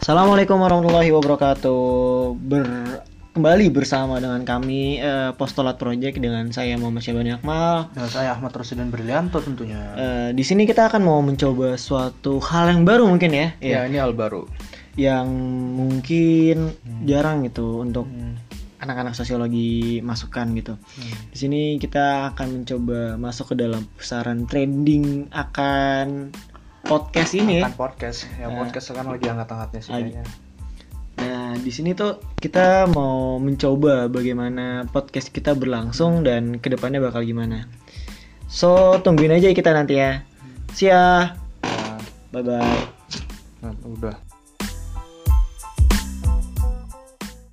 Assalamualaikum warahmatullahi wabarakatuh. Kembali bersama dengan kami Postulat Project dengan saya Muhammad Syabani Akmal. Dan saya Ahmad Rosidin Brilianto tentunya. Di sini kita akan mau mencoba suatu hal yang baru mungkin ya. Ya, ini hal baru. Yang mungkin jarang gitu untuk anak-anak sosiologi masukkan gitu. Di sini kita akan mencoba masuk ke dalam pusaran trending akan podcast ini. Akan podcast. Ya, podcast kan lagi hangat-hangatnya sih kayaknya. Nah, di sini tuh kita mau mencoba bagaimana podcast kita berlangsung dan kedepannya bakal gimana. So, tungguin aja kita nanti ya. See ya. Ya, Bye-bye. nah, udah.